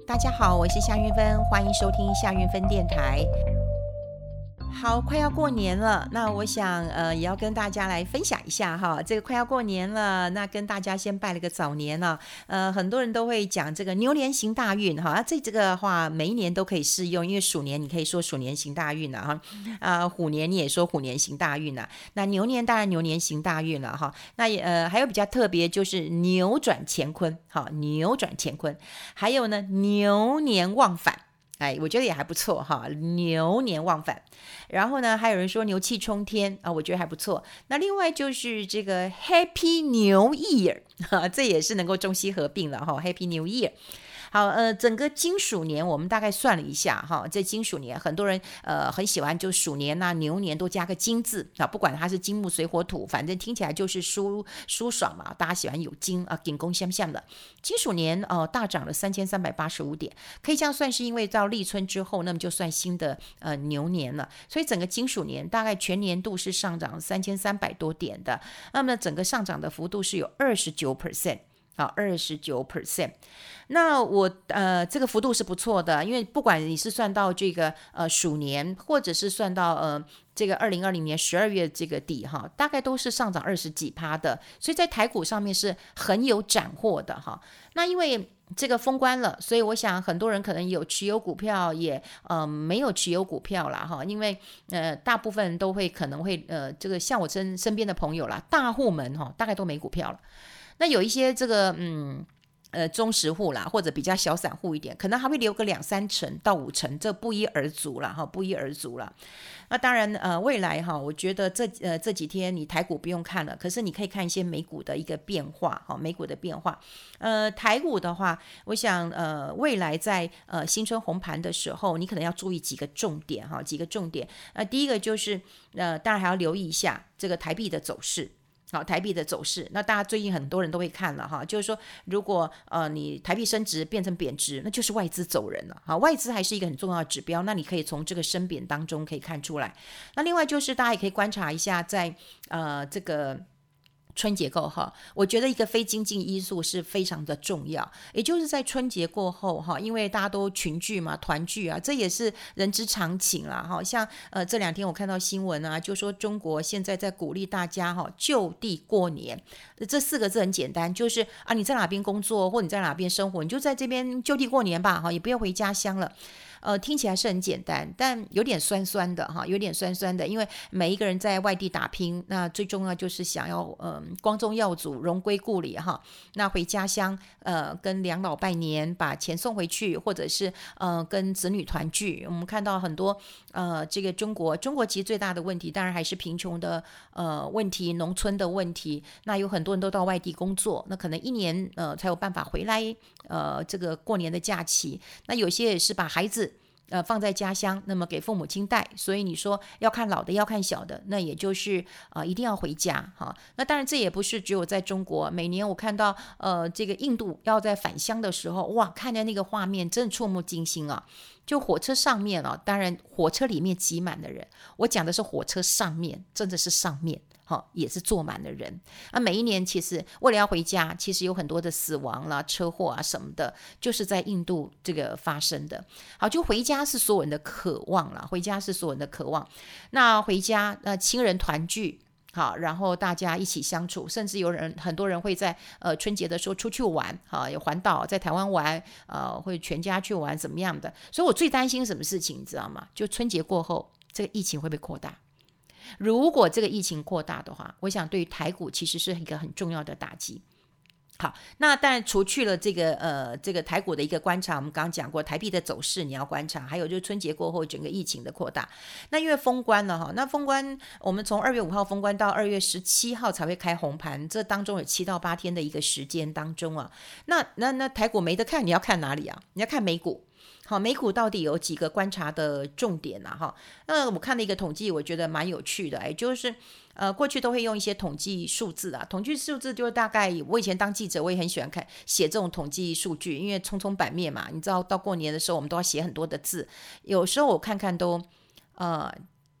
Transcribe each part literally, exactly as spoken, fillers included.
大家好，我是夏运芬，欢迎收听夏运芬电台。好，快要过年了，那我想呃也要跟大家来分享一下哈，这个快要过年了，那跟大家先拜了个早年了。呃，很多人都会讲这个牛年行大运哈，这这个话每一年都可以适用，因为鼠年你可以说鼠年行大运了哈，啊虎年你也说虎年行大运了，那牛年当然牛年行大运了哈。那也呃还有比较特别就是扭转乾坤，好，扭转乾坤，还有呢牛年忘返。哎，我觉得也还不错哈，牛年忘返。然后呢，还有人说牛气冲天啊，我觉得还不错。那另外就是这个 Happy New Year， 这也是能够中西合并了哈 ，Happy New Year。好，呃，整个金鼠年我们大概算了一下哈，这金鼠年很多人呃很喜欢，就鼠年呐、啊、牛年都加个金字啊，不管它是金木水火土，反正听起来就是舒舒爽嘛，大家喜欢有金啊，金光相向的。金鼠年呃大涨了三千三百八十五点，可以这样算，是因为到立春之后，那么就算新的呃牛年了，所以整个金鼠年大概全年度是上涨三千三百多点的，那么整个上涨的幅度是有二十九 percent。好，二十九 percent， 那我呃这个幅度是不错的，因为不管你是算到这个呃鼠年，或者是算到呃这个二零二零年十二月这个底哈，大概都是上涨二十几趴的，所以在台股上面是很有斩获的哈。那因为这个封关了，所以我想很多人可能有持有股票，也呃没有持有股票啦哈，因为呃大部分人都会可能会呃这个像我身身边的朋友啦，大户们哈大概都没股票了。那有一些这个嗯呃中实户啦，或者比较小散户一点，可能还会留个两三成到五成，这不一而足啦哈，不一而足啦。那当然呃未来哈，我觉得这呃这几天你台股不用看了，可是你可以看一些美股的一个变化哈，美股的变化。呃台股的话，我想呃未来在呃新春红盘的时候，你可能要注意几个重点哈，几个重点。呃第一个就是呃当然还要留意一下这个台币的走势。好，台币的走势，那大家最近很多人都会看了哈，就是说，如果呃你台币升值变成贬值，那就是外资走人了。好，外资还是一个很重要的指标，那你可以从这个升贬当中可以看出来。那另外就是大家也可以观察一下在，在呃这个。春节过后，我觉得一个非经济因素是非常的重要，也就是在春节过后哈，因为大家都群聚嘛，团聚啊，这也是人之常情啦哈。像呃这两天我看到新闻啊，就说中国现在在鼓励大家哈就地过年，这四个字很简单，就是啊你在哪边工作或你在哪边生活，你就在这边就地过年吧哈，也不要回家乡了。呃，听起来是很简单，但有点酸酸的哈，有点酸酸的，因为每一个人在外地打拼，那最重要就是想要呃光宗耀祖，荣归故里哈。那回家乡呃跟两老拜年，把钱送回去，或者是呃跟子女团聚。我们看到很多呃这个中国中国其实最大的问题，当然还是贫穷的呃问题，农村的问题。那有很多人都到外地工作，那可能一年呃才有办法回来呃这个过年的假期。那有些也是把孩子。呃，放在家乡，那么给父母亲带，所以你说要看老的，要看小的，那也就是呃一定要回家哈。那当然这也不是只有在中国，每年我看到呃这个印度要在返乡的时候，哇，看见那个画面真的触目惊心啊！就火车上面啊，当然火车里面挤满的人，我讲的是火车上面，真的是上面。哦、也是坐满了人啊！每一年其实为了要回家，其实有很多的死亡啦、车祸啊什么的，就是在印度这个发生的。好，就回家是所有人的渴望啦，回家是所有人的渴望。那回家，那亲人团聚。好，然后大家一起相处，甚至有人很多人会在呃春节的时候出去玩，好，有环岛在台湾玩，呃，会全家去玩怎么样的？所以我最担心什么事情，你知道吗？就春节过后，这个疫情会不会扩大？如果这个疫情扩大的话，我想对于台股其实是一个很重要的打击。好，那当然除去了这个呃这个台股的一个观察，我们刚刚讲过台币的走势你要观察，还有就是春节过后整个疫情的扩大。那因为封关了哈，那封关我们从二月五号封关到二月十七号才会开红盘，这当中有七到八天的一个时间当中啊，那那那台股没得看，你要看哪里啊？你要看美股。好，美股到底有几个观察的重点啊？哈，那我看了一个统计，我觉得蛮有趣的，哎，就是呃，过去都会用一些统计数字啊，统计数字就是大概，我以前当记者，我也很喜欢看写这种统计数据，因为匆匆版面嘛，你知道到过年的时候，我们都要写很多的字，有时候我看看都呃。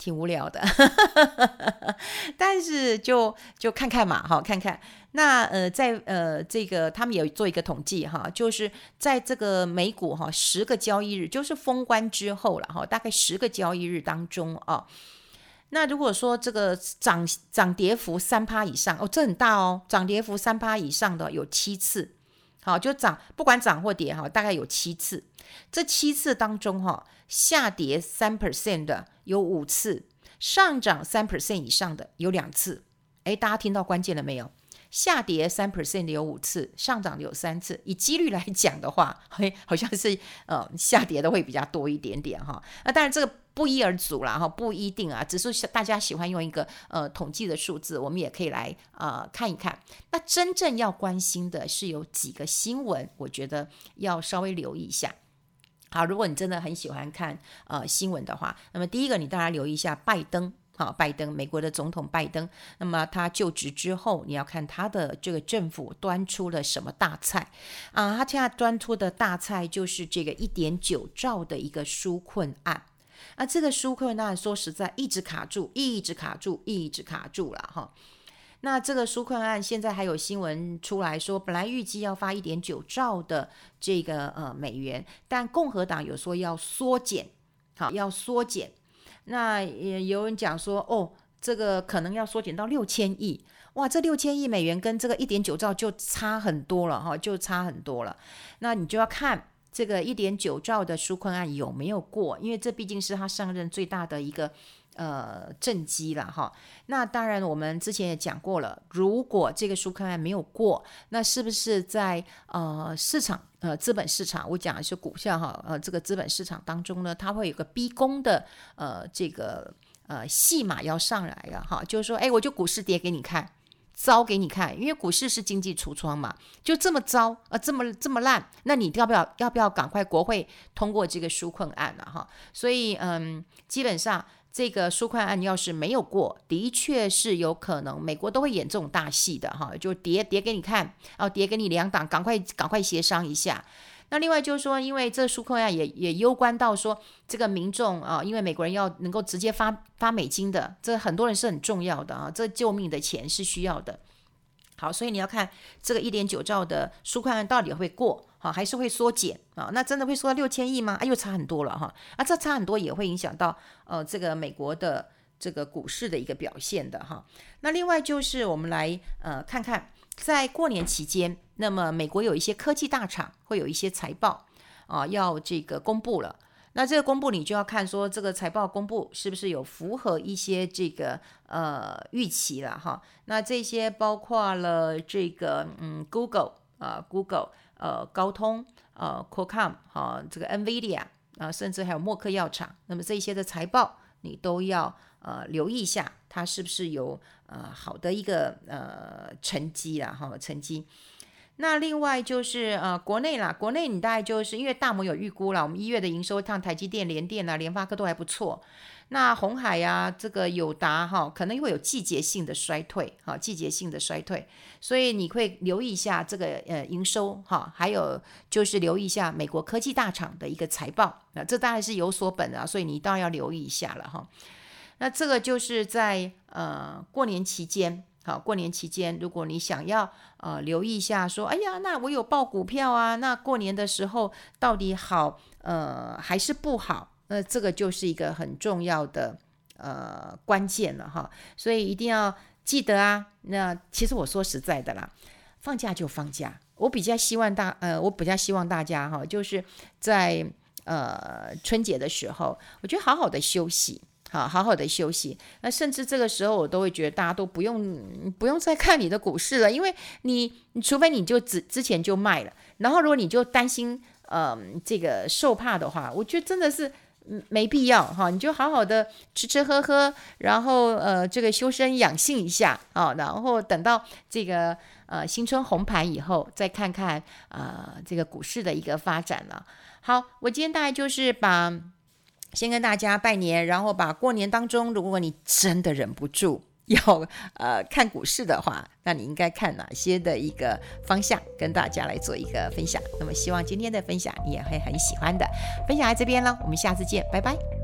挺无聊的但是就就看看嘛哈，看看那呃在呃这个他们有做一个统计哈，就是在这个美股哈十个交易日，就是封关之后了哈，大概十个交易日当中啊，那如果说这个涨涨跌幅三趴以上哦，这很大哦，涨跌幅三趴以上的有七次，好，就涨不管涨或跌哈，大概有七次，这七次当中哈，下跌三 percent 的有五次，上涨三 percent 以上的有两次。哎，大家听到关键了没有？下跌三 percent 的有五次，上涨的有三次。以几率来讲的话，嘿，好像是呃下跌的会比较多一点点哈。那当然这个不一而足啦哈，不一定啊，只是大家喜欢用一个呃统计的数字，我们也可以来呃看一看。那真正要关心的是有几个新闻，我觉得要稍微留意一下。好，如果你真的很喜欢看呃新闻的话，那么第一个你当然留意一下拜登。好，拜登，美国的总统拜登，那么他就职之后，你要看他的这个政府端出了什么大菜啊？他现在端出的大菜就是这个 一点九兆的一个纾困案。啊，这个纾困案说实在一直卡住，一直卡住，一直卡住了哈。那这个纾困案现在还有新闻出来说，本来预计要发 一点九兆的这个呃美元，但共和党有说要缩减，好，要缩减。那也有人讲说，哦，这个可能要缩减到六千亿，哇，这六千亿美元跟这个 一点九兆就差很多了哈，就差很多了。那你就要看这个 一点九兆的纾困案有没有过，因为这毕竟是他上任最大的一个呃政绩了哈。那当然我们之前也讲过了，如果这个纾困案没有过，那是不是在呃市场呃资本市场，我讲的是股票哈，呃这个资本市场当中呢，它会有个逼宫的呃这个呃戏码要上来了哈，就是说，哎，我就股市跌给你看。糟给你看，因为股市是经济橱窗嘛，就这么糟呃，这么这么烂，那你要不要要不要赶快国会通过这个纾困案了哈？所以嗯，基本上这个纾困案要是没有过，的确是有可能美国都会演这种大戏的哈，就跌跌给你看，哦，跌给你两党，赶快赶快协商一下。那另外就是说，因为这纾困案也也攸关到说这个民众啊，因为美国人要能够直接发发美金的，这很多人是很重要的啊，这救命的钱是需要的。好，所以你要看这个 一点九兆的纾困案到底会过，好还是会缩减啊？那真的会缩到六千亿吗？啊，又差很多了哈！啊，这差很多也会影响到呃这个美国的这个股市的一个表现的哈。那另外就是我们来呃看看。在过年期间，那么美国有一些科技大厂会有一些财报啊，要这个公布了。那这个公布你就要看说这个财报公布是不是有符合一些这个呃预期了哈。那这些包括了这个嗯 Google 啊 Google 呃高通呃 Qualcomm 啊这个 Nvidia 啊甚至还有默克药厂，那么这些的财报你都要呃留意一下，它是不是有呃好的一个呃成绩啦哈成绩。那另外就是呃国内啦，国内你大概就是因为大摩有预估啦，我们一月的营收像台积电、联电啊、联发科都还不错。那鸿海啊，这个友达哈，可能会有季节性的衰退哈，季节性的衰退，所以你会留意一下这个呃营收哈，还有就是留意一下美国科技大厂的一个财报，那这当然是有所本啊，所以你当然要留意一下了哈。那这个就是在呃过年期间。好，过年期间，如果你想要呃留意一下，说，哎呀，那我有报股票啊，那过年的时候到底好呃还是不好？那这个就是一个很重要的呃关键了哈，所以一定要记得啊。那其实我说实在的啦，放假就放假，我比较希望大呃，我比较希望大家哈，就是在呃春节的时候，我觉得好好的休息。好好好的休息，那甚至这个时候我都会觉得大家都不用不用再看你的股市了，因为你除非你就之之前就卖了，然后如果你就担心呃这个受怕的话，我觉得真的是没必要哈，你就好好的吃吃喝喝，然后呃这个修身养性一下啊，然后等到这个呃新春红盘以后，再看看啊、呃、这个股市的一个发展了。好，我今天大概就是把。先跟大家拜年，然后把过年当中，如果你真的忍不住要呃看股市的话，那你应该看哪些的一个方向，跟大家来做一个分享。那么希望今天的分享你也会很喜欢的。分享在这边了，我们下次见，拜拜。